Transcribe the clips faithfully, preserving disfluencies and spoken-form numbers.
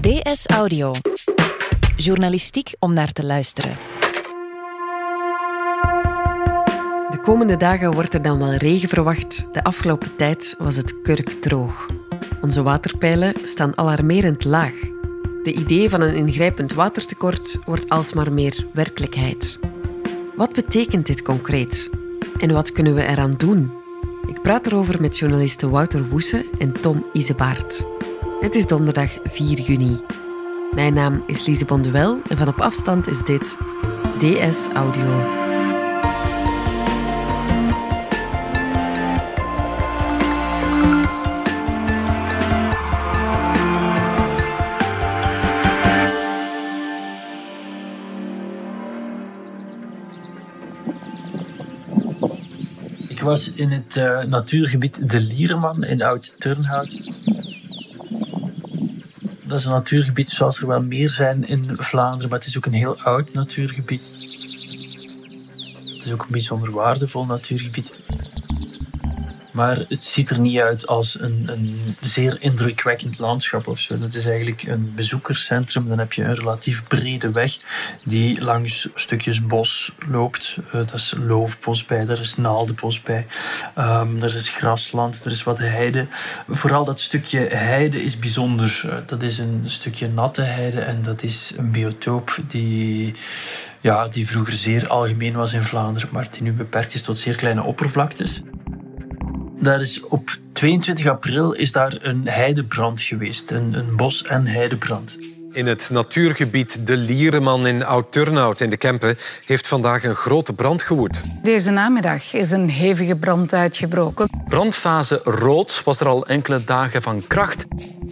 D S Audio. Journalistiek om naar te luisteren. De komende dagen wordt er dan wel regen verwacht. De afgelopen tijd was het kurkdroog. Onze waterpeilen staan alarmerend laag. De idee van een ingrijpend watertekort wordt alsmaar meer werkelijkheid. Wat betekent dit concreet? En wat kunnen we eraan doen? Ik praat erover met journalisten Wouter Woese en Tom Isebaert. Het is donderdag vier juni. Mijn naam is Lise Bonduel en van op afstand is dit D S Audio. Ik was in het uh, natuurgebied De Liereman in Oud-Turnhout. Dat is een natuurgebied zoals er wel meer zijn in Vlaanderen, maar het is ook een heel oud natuurgebied. Het is ook een bijzonder waardevol natuurgebied. Maar het ziet er niet uit als een, een zeer indrukwekkend landschap of zo. Het is eigenlijk een bezoekerscentrum. Dan heb je een relatief brede weg die langs stukjes bos loopt. Uh, dat is loofbos bij, daar is naaldebos bij. Um, er is grasland, er is wat heide. Vooral dat stukje heide is bijzonder. Uh, dat is een stukje natte heide en dat is een biotoop die... Ja, die vroeger zeer algemeen was in Vlaanderen, maar die nu beperkt is tot zeer kleine oppervlaktes. Daar is op tweeëntwintig april is daar een heidebrand geweest, een, een bos- en heidebrand. In het natuurgebied De Liereman in Oud-Turnhout in de Kempen heeft vandaag een grote brand gewoed. Deze namiddag is een hevige brand uitgebroken. Brandfase rood was er al enkele dagen van kracht.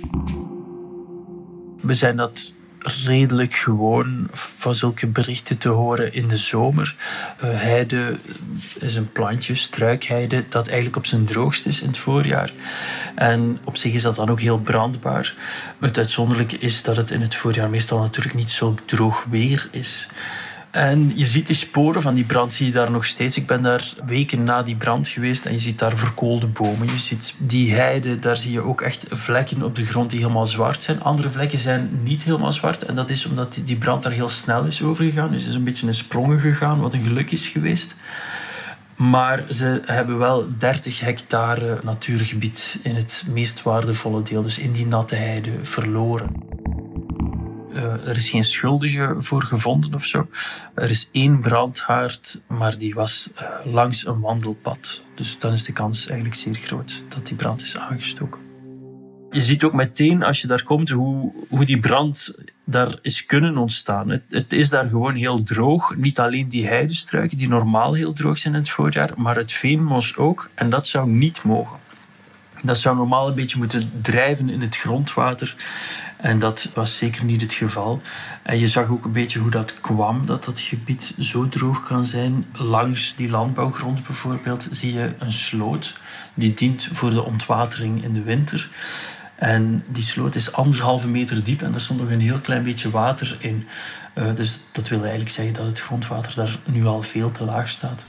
We zijn dat redelijk gewoon van zulke berichten te horen in de zomer. Uh, heide is een plantje, struikheide, dat eigenlijk op zijn droogst is in het voorjaar. En op zich is dat dan ook heel brandbaar. Het uitzonderlijke is dat het in het voorjaar meestal natuurlijk niet zo droog weer is. En je ziet die sporen van die brand, zie je daar nog steeds. Ik ben daar weken na die brand geweest en je ziet daar verkoolde bomen. Je ziet die heide, daar zie je ook echt vlekken op de grond die helemaal zwart zijn. Andere vlekken zijn niet helemaal zwart. En dat is omdat die brand daar heel snel is overgegaan. Dus het is een beetje in sprongen gegaan, wat een geluk is geweest. Maar ze hebben wel dertig hectare natuurgebied in het meest waardevolle deel, dus in die natte heide, verloren. Uh, er is geen schuldige voor gevonden of zo. Er is één brandhaard, maar die was uh, langs een wandelpad. Dus dan is de kans eigenlijk zeer groot dat die brand is aangestoken. Je ziet ook meteen als je daar komt hoe, hoe die brand daar is kunnen ontstaan. Het, het is daar gewoon heel droog. Niet alleen die heidestruiken die normaal heel droog zijn in het voorjaar, maar het veenmos ook. En dat zou niet mogen. Dat zou normaal een beetje moeten drijven in het grondwater. En dat was zeker niet het geval. En je zag ook een beetje hoe dat kwam, dat dat gebied zo droog kan zijn. Langs die landbouwgrond bijvoorbeeld zie je een sloot. Die dient voor de ontwatering in de winter. En die sloot is anderhalve meter diep en daar stond nog een heel klein beetje water in. Uh, dus dat wil eigenlijk zeggen dat het grondwater daar nu al veel te laag staat.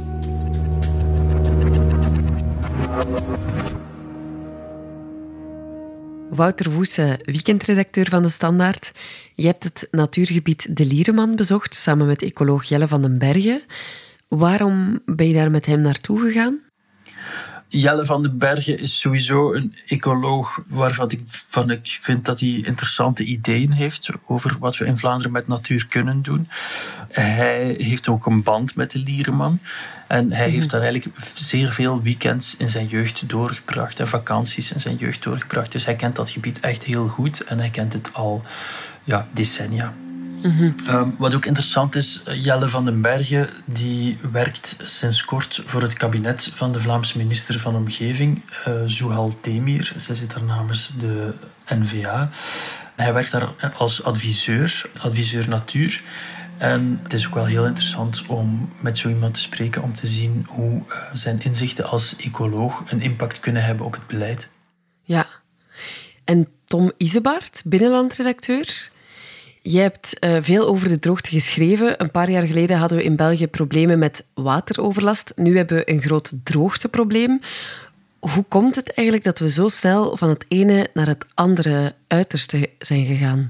Wouter Woese, weekendredacteur van De Standaard. Je hebt het natuurgebied De Liereman bezocht, samen met ecoloog Jelle van den Bergen. Waarom ben je daar met hem naartoe gegaan? Jelle van den Bergen is sowieso een ecoloog waarvan ik, van ik vind dat hij interessante ideeën heeft over wat we in Vlaanderen met natuur kunnen doen. Hij heeft ook een band met de Liereman. En hij heeft daar eigenlijk zeer veel weekends in zijn jeugd doorgebracht en vakanties in zijn jeugd doorgebracht. Dus hij kent dat gebied echt heel goed en hij kent het al ja, decennia. Mm-hmm. Um, wat ook interessant is, Jelle van den Bergen die werkt sinds kort voor het kabinet van de Vlaamse minister van Omgeving, uh, Zouhal Demir. Zij zit daar namens de N V A. Hij werkt daar als adviseur, adviseur natuur. En het is ook wel heel interessant om met zo iemand te spreken, om te zien hoe uh, zijn inzichten als ecoloog een impact kunnen hebben op het beleid. Ja. En Tom Isebaert, binnenlandredacteur. Jij hebt uh, veel over de droogte geschreven. Een paar jaar geleden hadden we in België problemen met wateroverlast. Nu hebben we een groot droogteprobleem. Hoe komt het eigenlijk dat we zo snel van het ene naar het andere uiterste zijn gegaan?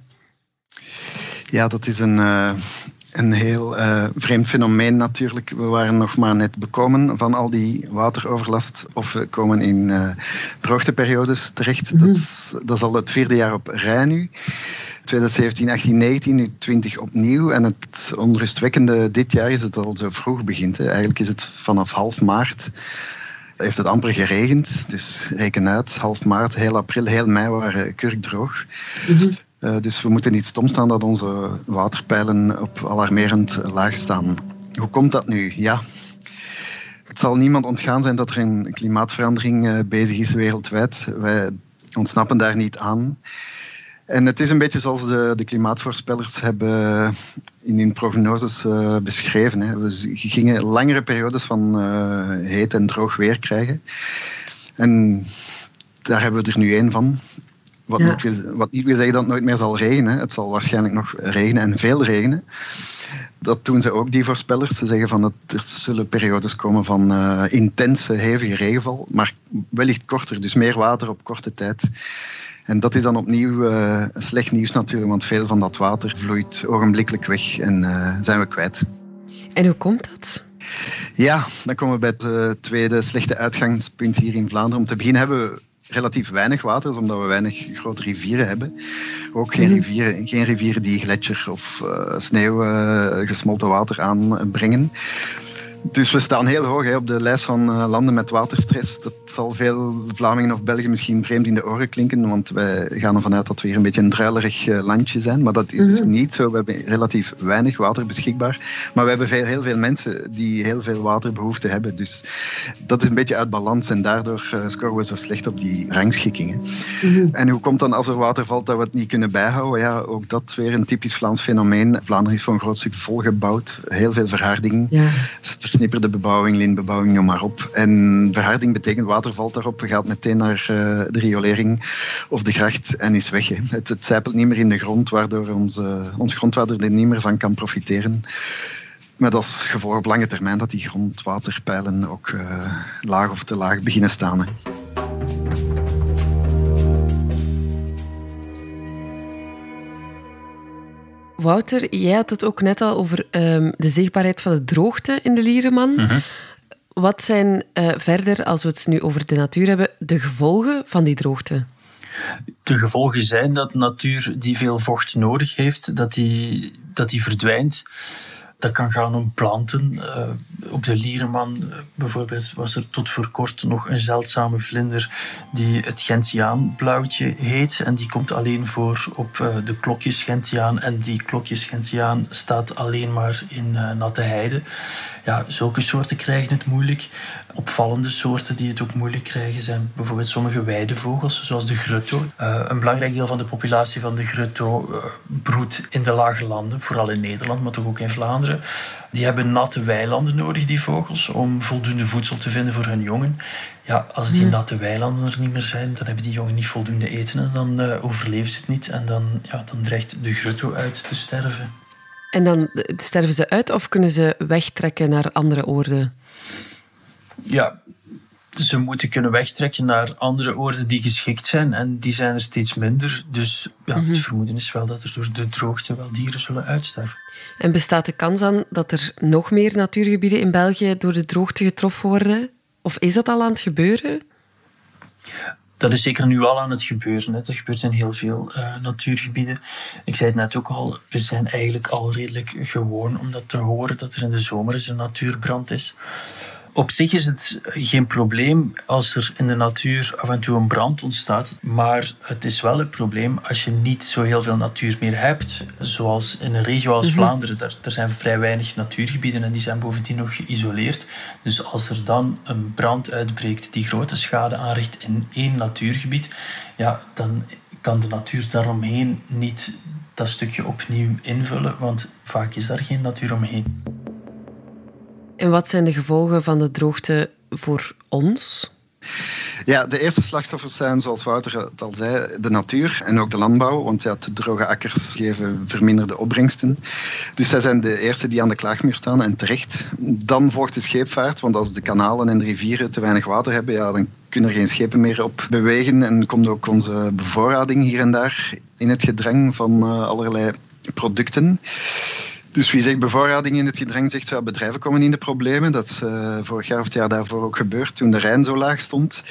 Ja, dat is een, uh, een heel uh, vreemd fenomeen natuurlijk. We waren nog maar net bekomen van al die wateroverlast. Of we komen in uh, droogteperiodes terecht. Mm. Dat, is, dat is al het vierde jaar op rij nu. twintig zeventien, achttien, negentien, nu twintig opnieuw. En het onrustwekkende dit jaar is het al zo vroeg begint. Hè. Eigenlijk is het vanaf half maart... heeft het amper geregend. Dus reken uit, half maart, heel april, heel mei waren kurkdroog. Mm-hmm. Uh, dus we moeten niet stom staan dat onze waterpeilen op alarmerend laag staan. Hoe komt dat nu? Ja, het zal niemand ontgaan zijn dat er een klimaatverandering uh, bezig is wereldwijd. Wij ontsnappen daar niet aan. En het is een beetje zoals de, de klimaatvoorspellers hebben in hun prognoses uh, beschreven. Hè. We gingen langere periodes van uh, heet en droog weer krijgen. En daar hebben we er nu één van. Wat, ja. niet wil, wat niet wil zeggen dat het nooit meer zal regenen. Het zal waarschijnlijk nog regenen en veel regenen. Dat doen ze ook, die voorspellers. Ze zeggen van dat er zullen periodes komen van uh, intense, hevige regenval. Maar wellicht korter, dus meer water op korte tijd. En dat is dan opnieuw uh, slecht nieuws natuurlijk, want veel van dat water vloeit ogenblikkelijk weg en uh, zijn we kwijt. En hoe komt dat? Ja, dan komen we bij het uh, tweede slechte uitgangspunt hier in Vlaanderen. Om te beginnen hebben we relatief weinig water, omdat we weinig grote rivieren hebben. Ook geen rivieren, geen rivieren die gletsjer of uh, sneeuw, uh, gesmolten water aanbrengen. Dus we staan heel hoog hè, op de lijst van uh, landen met waterstress. Dat zal veel Vlamingen of Belgen misschien vreemd in de oren klinken, want wij gaan ervan uit dat we hier een beetje een druilerig uh, landje zijn. Maar dat is mm-hmm. dus niet zo. We hebben relatief weinig water beschikbaar. Maar we hebben veel, heel veel mensen die heel veel waterbehoefte hebben. Dus dat is een beetje uit balans en daardoor uh, scoren we zo slecht op die rangschikkingen. Mm-hmm. En hoe komt dan als er water valt dat we het niet kunnen bijhouden? Ja, ook dat weer een typisch Vlaams fenomeen. Vlaanderen is voor een groot stuk volgebouwd. Heel veel verharding. Ja. Versnipperde bebouwing, lintbebouwing, noem maar op. En verharding betekent water valt daarop, gaat meteen naar uh, de riolering of de gracht en is weg. Hè. Het, het zijpelt niet meer in de grond, waardoor onze, ons grondwater er niet meer van kan profiteren. Met als gevolg op lange termijn dat die grondwaterpeilen ook uh, laag of te laag beginnen staan. Hè. Wouter, jij had het ook net al over um, de zichtbaarheid van de droogte in de Liereman. Mm-hmm. Wat zijn uh, verder, als we het nu over de natuur hebben, de gevolgen van die droogte? De gevolgen zijn dat natuur die veel vocht nodig heeft, dat die, dat die verdwijnt. Dat kan gaan om planten. Uh, op de Liereman uh, bijvoorbeeld was er tot voor kort nog een zeldzame vlinder die het Gentiaanblauwtje heet. En die komt alleen voor op uh, de klokjes Gentiaan. En die klokjes Gentiaan staat alleen maar in uh, natte heide. Ja, zulke soorten krijgen het moeilijk. Opvallende soorten die het ook moeilijk krijgen zijn bijvoorbeeld sommige weidevogels, zoals de grutto. Uh, een belangrijk deel van de populatie van de grutto uh, broedt in de lage landen, vooral in Nederland, maar toch ook in Vlaanderen. Die hebben natte weilanden nodig, die vogels, om voldoende voedsel te vinden voor hun jongen. Ja, als die natte weilanden er niet meer zijn, dan hebben die jongen niet voldoende eten en dan uh, overleven ze het niet. En dan, ja, dan dreigt de grutto uit te sterven. En dan sterven ze uit of kunnen ze wegtrekken naar andere oorden? Ja, ze moeten kunnen wegtrekken naar andere oorden die geschikt zijn. En die zijn er steeds minder. Dus ja, mm-hmm. het vermoeden is wel dat er door de droogte wel dieren zullen uitsterven. En bestaat de kans dan dat er nog meer natuurgebieden in België door de droogte getroffen worden? Of is dat al aan het gebeuren? Dat is zeker nu al aan het gebeuren. Hè. Dat gebeurt in heel veel uh, natuurgebieden. Ik zei het net ook al, we zijn eigenlijk al redelijk gewoon om dat te horen, dat er in de zomer eens een natuurbrand is. Op zich is het geen probleem als er in de natuur af en toe een brand ontstaat. Maar het is wel een probleem als je niet zo heel veel natuur meer hebt. Zoals in een regio als mm-hmm. Vlaanderen. Daar, er zijn vrij weinig natuurgebieden en die zijn bovendien nog geïsoleerd. Dus als er dan een brand uitbreekt die grote schade aanricht in één natuurgebied, ja, dan kan de natuur daaromheen niet dat stukje opnieuw invullen. Want vaak is daar geen natuur omheen. En wat zijn de gevolgen van de droogte voor ons? Ja, de eerste slachtoffers zijn, zoals Wouter het al zei, de natuur en ook de landbouw. Want ja, te droge akkers geven verminderde opbrengsten. Dus zij zijn de eerste die aan de klaagmuur staan en terecht. Dan volgt de scheepvaart, want als de kanalen en de rivieren te weinig water hebben, ja, dan kunnen er geen schepen meer op bewegen. En komt ook onze bevoorrading hier en daar in het gedrang van uh, allerlei producten. Dus wie zegt bevoorrading in het gedrang, zegt ja, bedrijven komen in de problemen. Dat is uh, vorig jaar of het jaar daarvoor ook gebeurd, toen de Rijn zo laag stond.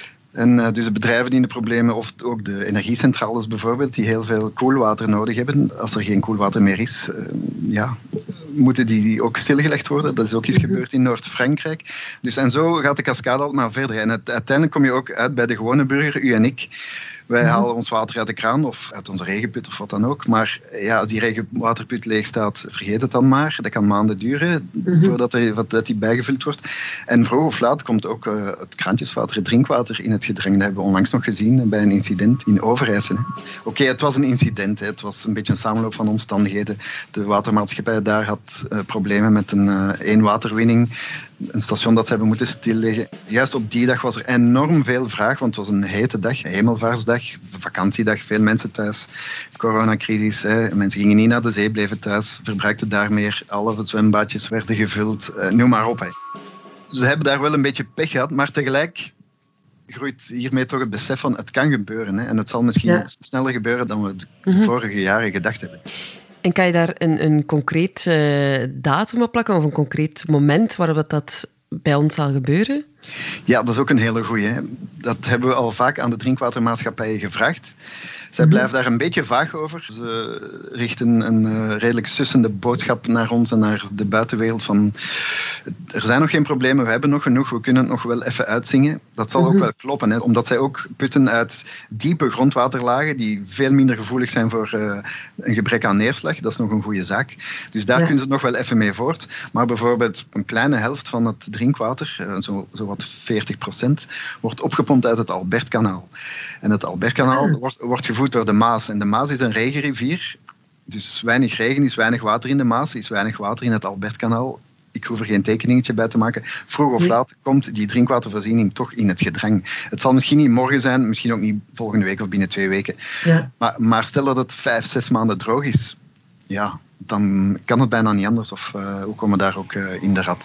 En uh, dus de bedrijven die in de problemen, of ook de energiecentrales bijvoorbeeld, die heel veel koelwater nodig hebben. Als er geen koelwater meer is, uh, ja, moeten die ook stilgelegd worden. Dat is ook iets gebeurd in Noord-Frankrijk. Dus en zo gaat de cascade al maar verder. En het, uiteindelijk kom je ook uit bij de gewone burger, u en ik. Wij halen ons water uit de kraan of uit onze regenput of wat dan ook. Maar ja, als die regenwaterput leeg staat, vergeet het dan maar. Dat kan maanden duren mm-hmm. voordat er, dat die bijgevuld wordt. En vroeg of laat komt ook uh, het kraantjeswater, het drinkwater in het gedrang. Dat hebben we onlangs nog gezien bij een incident in Overijssel. Oké, okay, het was een incident. Hè. Het was een beetje een samenloop van omstandigheden. De watermaatschappij daar had uh, problemen met een uh, eenwaterwinning. Een station dat ze hebben moeten stilleggen. Juist op die dag was er enorm veel vraag, want het was een hete dag, een hemelvaartsdag, vakantiedag, veel mensen thuis, coronacrisis, hè. Mensen gingen niet naar de zee, bleven thuis, verbruikten daar meer, alle zwembadjes werden gevuld, eh, noem maar op. Hè. Ze hebben daar wel een beetje pech gehad, maar tegelijk groeit hiermee toch het besef van het kan gebeuren. Hè. En het zal misschien ja. sneller gebeuren dan we de mm-hmm. vorige jaren gedacht hebben. En kan je daar een, een concreet uh, datum op plakken of een concreet moment waarop dat bij ons zal gebeuren? Ja, dat is ook een hele goeie. Dat hebben we al vaak aan de drinkwatermaatschappijen gevraagd. Zij blijven daar een beetje vaag over. Ze richten een uh, redelijk sussende boodschap naar ons en naar de buitenwereld van er zijn nog geen problemen, we hebben nog genoeg, we kunnen het nog wel even uitzingen. Dat zal ook wel kloppen, hè, omdat zij ook putten uit diepe grondwaterlagen die veel minder gevoelig zijn voor uh, een gebrek aan neerslag. Dat is nog een goede zaak. Dus daar ja. kunnen ze nog wel even mee voort. Maar bijvoorbeeld een kleine helft van het drinkwater, uh, zo, zo wat veertig procent, wordt opgepompt uit het Albertkanaal. En het Albertkanaal ah. wordt, wordt gevoed door de Maas. En de Maas is een regenrivier. Dus weinig regen is weinig water in de Maas, is weinig water in het Albertkanaal. Ik hoef er geen tekeningetje bij te maken. Vroeg of laat komt die drinkwatervoorziening toch in het gedrang. Het zal misschien niet morgen zijn, misschien ook niet volgende week of binnen twee weken. Ja. Maar, maar stel dat het vijf, zes maanden droog is, ja, dan kan het bijna niet anders. Of uh, hoe komen we daar ook uh, in de rat?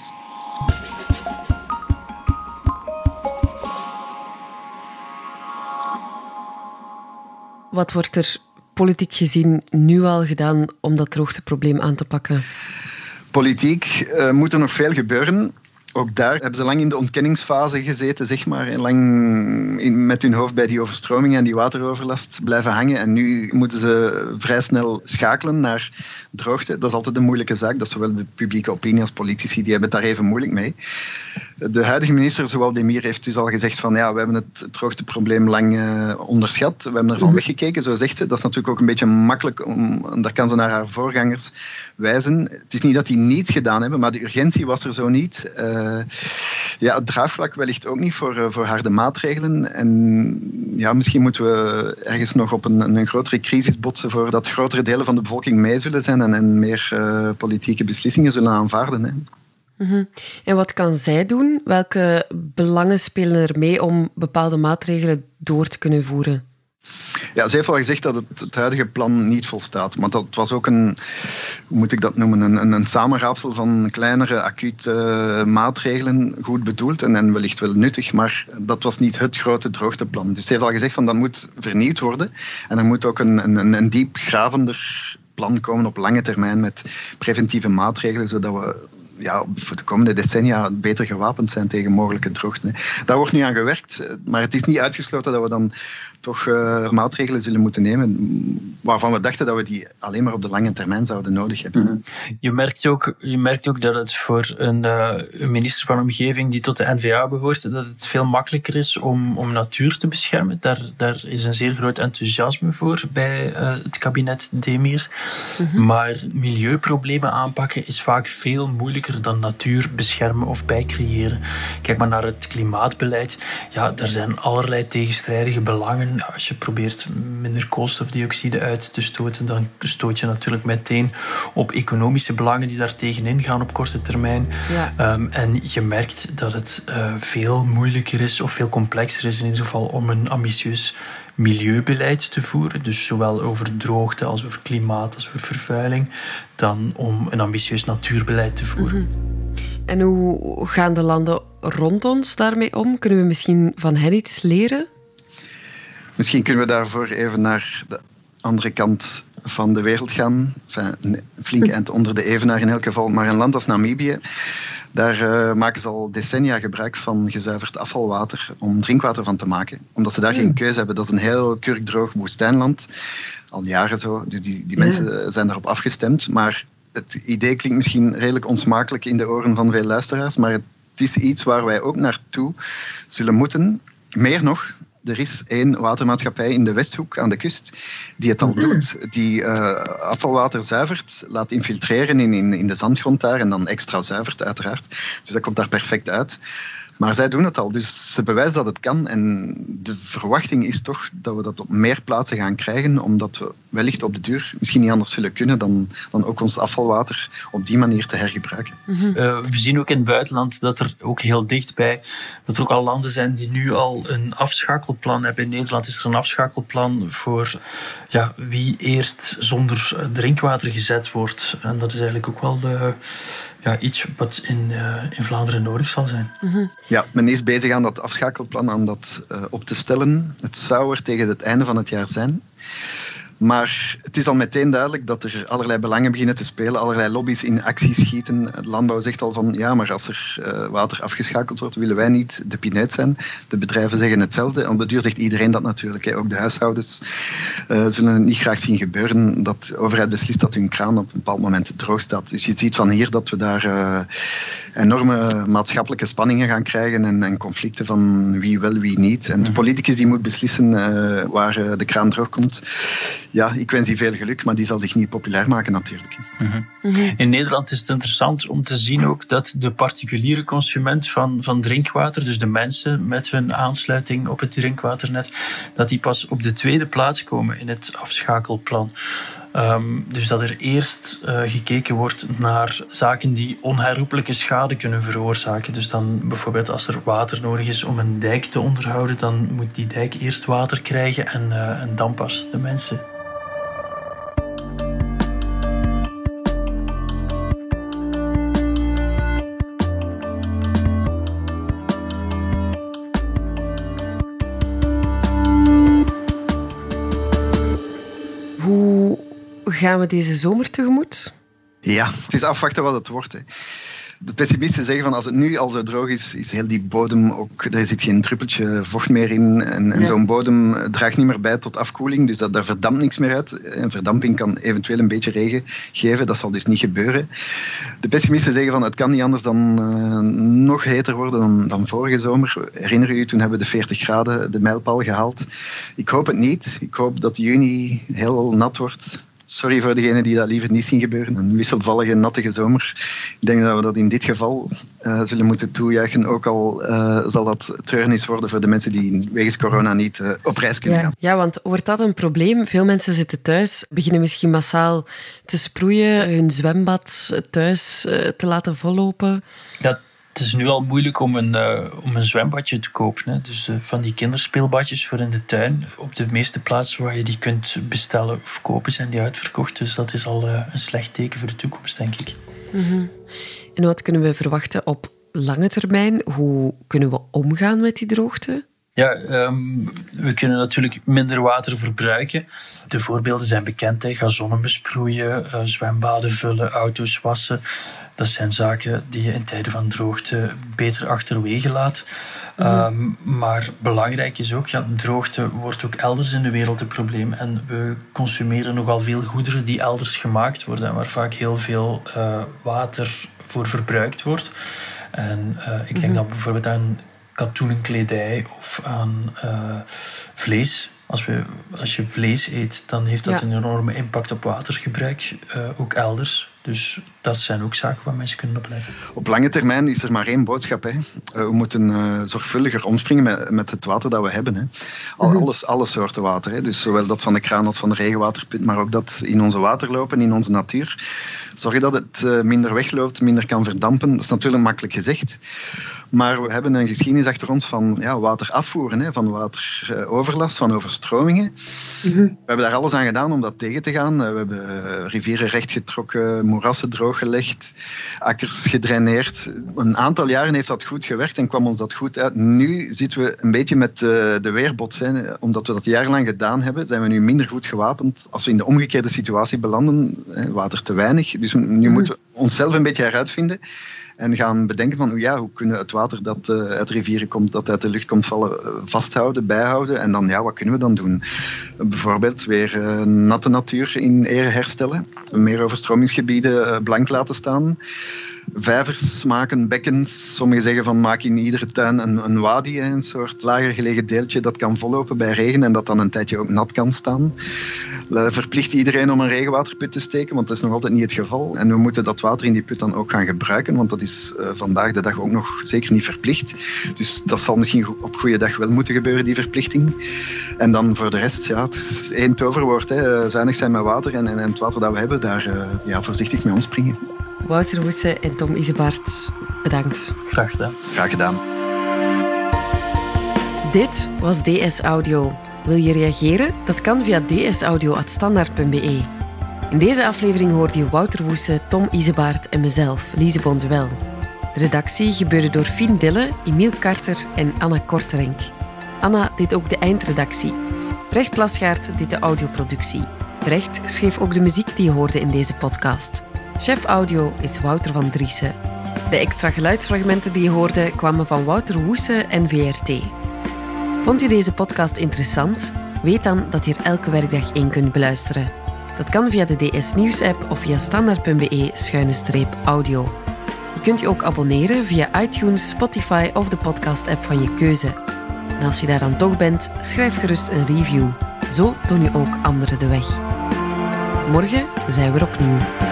Wat wordt er politiek gezien nu al gedaan om dat droogteprobleem aan te pakken? Politiek uh, moet er nog veel gebeuren. Ook daar hebben ze lang in de ontkenningsfase gezeten, zeg maar. En lang in, met hun hoofd bij die overstroming en die wateroverlast blijven hangen. En nu moeten ze vrij snel schakelen naar droogte. Dat is altijd een moeilijke zaak. Dat is zowel de publieke opinie als politici, die hebben het daar even moeilijk mee. De huidige minister, Zowel Demir, heeft dus al gezegd van ja, we hebben het droogteprobleem lang uh, onderschat. We hebben ervan weggekeken, zo zegt ze. Dat is natuurlijk ook een beetje makkelijk, om, daar kan ze naar haar voorgangers wijzen. Het is niet dat die niets gedaan hebben, maar de urgentie was er zo niet. Uh, ja, het draagvlak wellicht ook niet voor, uh, voor harde maatregelen. En ja, misschien moeten we ergens nog op een, een grotere crisis botsen voordat grotere delen van de bevolking mee zullen zijn en, en meer uh, politieke beslissingen zullen aanvaarden. Hè. Mm-hmm. En wat kan zij doen? Welke belangen spelen er mee om bepaalde maatregelen door te kunnen voeren? Ja, ze heeft al gezegd dat het, het huidige plan niet volstaat. Maar dat was ook een, hoe moet ik dat noemen, een, een, een samenraapsel van kleinere, acute uh, maatregelen, goed bedoeld en, en wellicht wel nuttig, maar dat was niet het grote droogteplan. Dus ze heeft al gezegd van dat moet vernieuwd worden en er moet ook een, een, een diepgravender plan komen op lange termijn met preventieve maatregelen, zodat we ja, voor de komende decennia beter gewapend zijn tegen mogelijke droogte. Daar wordt nu aan gewerkt, maar het is niet uitgesloten dat we dan toch uh, maatregelen zullen moeten nemen waarvan we dachten dat we die alleen maar op de lange termijn zouden nodig hebben. Mm-hmm. Je merkt ook, je merkt ook dat het voor een, uh, een minister van Omgeving die tot de N V A behoort, dat het veel makkelijker is om, om natuur te beschermen. Daar, daar is een zeer groot enthousiasme voor bij uh, het kabinet Demir. Mm-hmm. Maar milieuproblemen aanpakken is vaak veel moeilijker moeilijker dan natuur beschermen of bijcreëren. Kijk maar naar het klimaatbeleid. Ja, daar zijn allerlei tegenstrijdige belangen. Als je probeert minder koolstofdioxide uit te stoten, dan stoot je natuurlijk meteen op economische belangen die daar tegenin gaan op korte termijn. Ja. Um, en je merkt dat het uh, veel moeilijker is of veel complexer is in ieder geval om een ambitieus milieubeleid te voeren, dus zowel over droogte als over klimaat als over vervuiling, dan om een ambitieus natuurbeleid te voeren. Mm-hmm. En hoe gaan de landen rond ons daarmee om? Kunnen we misschien van hen iets leren? Misschien kunnen we daarvoor even naar de andere kant van de wereld gaan. Enfin, een flinke eind onder de evenaar in elk geval, maar een land als Namibië. Daar uh, maken ze al decennia gebruik van gezuiverd afvalwater om drinkwater van te maken. Omdat ze daar mm. geen keuze hebben. Dat is een heel kurkdroog woestijnland. Al jaren zo. Dus die, die mensen mm. zijn daarop afgestemd. Maar het idee klinkt misschien redelijk onsmakelijk in de oren van veel luisteraars. Maar het is iets waar wij ook naartoe zullen moeten. Meer nog, er is één watermaatschappij in de Westhoek aan de kust die het al doet. Die uh, afvalwater zuivert, laat infiltreren in, in, in de zandgrond daar en dan extra zuivert uiteraard. Dus dat komt daar perfect uit. Maar zij doen het al, dus ze bewijzen dat het kan. En de verwachting is toch dat we dat op meer plaatsen gaan krijgen, omdat we wellicht op de duur misschien niet anders zullen kunnen dan, dan ook ons afvalwater op die manier te hergebruiken. Mm-hmm. Uh, we zien ook in het buitenland dat er ook heel dichtbij, dat er ook al landen zijn die nu al een afschakelplan hebben. In Nederland is er een afschakelplan voor ja, wie eerst zonder drinkwater gezet wordt. En dat is eigenlijk ook wel de... Ja, iets wat in, uh, in Vlaanderen nodig zal zijn. Mm-hmm. Ja, men is bezig aan dat afschakelplan aan dat uh, op te stellen. Het zou er tegen het einde van het jaar zijn. Maar het is al meteen duidelijk dat er allerlei belangen beginnen te spelen, allerlei lobby's in actie schieten. De landbouw zegt al van, ja, maar als er uh, water afgeschakeld wordt, willen wij niet de pineut zijn. De bedrijven zeggen hetzelfde. Op de duur zegt iedereen dat natuurlijk. Hè. Ook de huishoudens uh, zullen het niet graag zien gebeuren dat de overheid beslist dat hun kraan op een bepaald moment droog staat. Dus je ziet van hier dat we daar uh, enorme maatschappelijke spanningen gaan krijgen en, en conflicten van wie wel, wie niet. En de politicus die moet beslissen uh, waar uh, de kraan droog komt. Ja, ik wens die veel geluk, maar die zal zich niet populair maken natuurlijk. Mm-hmm. Mm-hmm. In Nederland is het interessant om te zien ook dat de particuliere consument van, van drinkwater, dus de mensen met hun aansluiting op het drinkwaternet, dat die pas op de tweede plaats komen in het afschakelplan. Um, dus dat er eerst uh, gekeken wordt naar zaken die onherroepelijke schade kunnen veroorzaken. Dus dan bijvoorbeeld als er water nodig is om een dijk te onderhouden, dan moet die dijk eerst water krijgen en, uh, en dan pas de mensen. Gaan we deze zomer tegemoet? Ja, het is afwachten wat het wordt. Hè. De pessimisten zeggen van als het nu al zo droog is, is heel die bodem ook, er zit geen druppeltje vocht meer in. En, en ja. zo'n bodem draagt niet meer bij tot afkoeling, dus dat, daar verdampt niks meer uit. En verdamping kan eventueel een beetje regen geven, dat zal dus niet gebeuren. De pessimisten zeggen van het kan niet anders dan uh, nog heter worden dan, dan vorige zomer. Herinner u, toen hebben we de veertig graden, de mijlpaal gehaald. Ik hoop het niet. Ik hoop dat juni heel nat wordt. Sorry voor degenen die dat liever niet zien gebeuren. Een wisselvallige, nattige zomer. Ik denk dat we dat in dit geval uh, zullen moeten toejuichen. Ook al uh, zal dat treurnis worden voor de mensen die wegens corona niet uh, op reis kunnen ja. gaan. Ja, want wordt dat een probleem? Veel mensen zitten thuis, beginnen misschien massaal te sproeien, hun zwembad thuis uh, te laten vollopen. Ja. Het is nu al moeilijk om een, uh, om een zwembadje te kopen. Hè. Dus uh, van die kinderspeelbadjes voor in de tuin. Op de meeste plaatsen waar je die kunt bestellen of kopen zijn die uitverkocht. Dus dat is al uh, een slecht teken voor de toekomst, denk ik. Mm-hmm. En wat kunnen we verwachten op lange termijn? Hoe kunnen we omgaan met die droogte? Ja, um, we kunnen natuurlijk minder water verbruiken. De voorbeelden zijn bekend. Hè. Gazonnen besproeien, uh, zwembaden vullen, auto's wassen. Dat zijn zaken die je in tijden van droogte beter achterwege laat. Mm-hmm. Um, maar belangrijk is ook, ja, droogte wordt ook elders in de wereld een probleem. En we consumeren nogal veel goederen die elders gemaakt worden en waar vaak heel veel uh, water voor verbruikt wordt. En uh, ik denk mm-hmm. dan bijvoorbeeld aan katoenen kledij of aan uh, vlees. Als, we, als je vlees eet, dan heeft dat ja. een enorme impact op watergebruik, uh, ook elders. Dus dat zijn ook zaken waar mensen kunnen opletten. Op lange termijn is er maar één boodschap. Hè. We moeten uh, zorgvuldiger omspringen met, met het water dat we hebben. Hè. Al, mm-hmm. alles, alle soorten water. Hè. Dus zowel dat van de kraan als van de regenwaterput, maar ook dat in onze waterlopen, in onze natuur. Zorg dat het uh, minder wegloopt, minder kan verdampen. Dat is natuurlijk makkelijk gezegd. Maar we hebben een geschiedenis achter ons van ja, water afvoeren, hè, van wateroverlast, van overstromingen. Mm-hmm. We hebben daar alles aan gedaan om dat tegen te gaan. We hebben uh, rivieren rechtgetrokken, moerassen drooggelegd, akkers gedraineerd. Een aantal jaren heeft dat goed gewerkt en kwam ons dat goed uit. Nu zitten we een beetje met uh, de weerbots. Hè. Omdat we dat jarenlang gedaan hebben, zijn we nu minder goed gewapend als we in de omgekeerde situatie belanden. Hè, water te weinig. Dus nu mm-hmm. moeten we onszelf een beetje heruitvinden. En gaan bedenken van ja, hoe kunnen we het water dat uh, uit rivieren komt, dat uit de lucht komt vallen, uh, vasthouden, bijhouden. En dan ja, wat kunnen we dan doen? Uh, bijvoorbeeld weer uh, natte natuur in ere herstellen. Meer overstromingsgebieden uh, blank laten staan. Vijvers maken, bekkens. Sommigen zeggen van maak in iedere tuin een, een wadi, een soort lager gelegen deeltje dat kan vollopen bij regen en dat dan een tijdje ook nat kan staan. Uh, verplicht iedereen om een regenwaterput te steken, want dat is nog altijd niet het geval. En we moeten dat water in die put dan ook gaan gebruiken, want dat is uh, vandaag de dag ook nog zeker niet verplicht. Dus dat zal misschien op goede dag wel moeten gebeuren, die verplichting. En dan voor de rest, ja, het is één toverwoord. Hè. Zuinig zijn met water en, en, en het water dat we hebben, daar uh, ja, voorzichtig mee omspringen. Wouter Woese en Tom Isebaert, bedankt. Graag gedaan. Graag gedaan. Dit was D S Audio. Wil je reageren? Dat kan via dsaudio apenstaartje standaard punt b e. In deze aflevering hoorde je Wouter Woese, Tom Isebaert en mezelf, Lise Bonduel. De redactie gebeurde door Fien Dille, Emiel Carter en Anna Korterenk. Anna deed ook de eindredactie. Brecht Plasgaard deed de audioproductie. Brecht schreef ook de muziek die je hoorde in deze podcast. Chef audio is Wouter van Driessen. De extra geluidsfragmenten die je hoorde kwamen van Wouter Woese en V R T. Vond je deze podcast interessant? Weet dan dat je er elke werkdag één kunt beluisteren. Dat kan via de D S Nieuws app of via standaard punt b e schuine streep audio. Je kunt je ook abonneren via iTunes, Spotify of de podcast app van je keuze. En als je daar dan toch bent, schrijf gerust een review. Zo toon je ook anderen de weg. Morgen zijn we er opnieuw.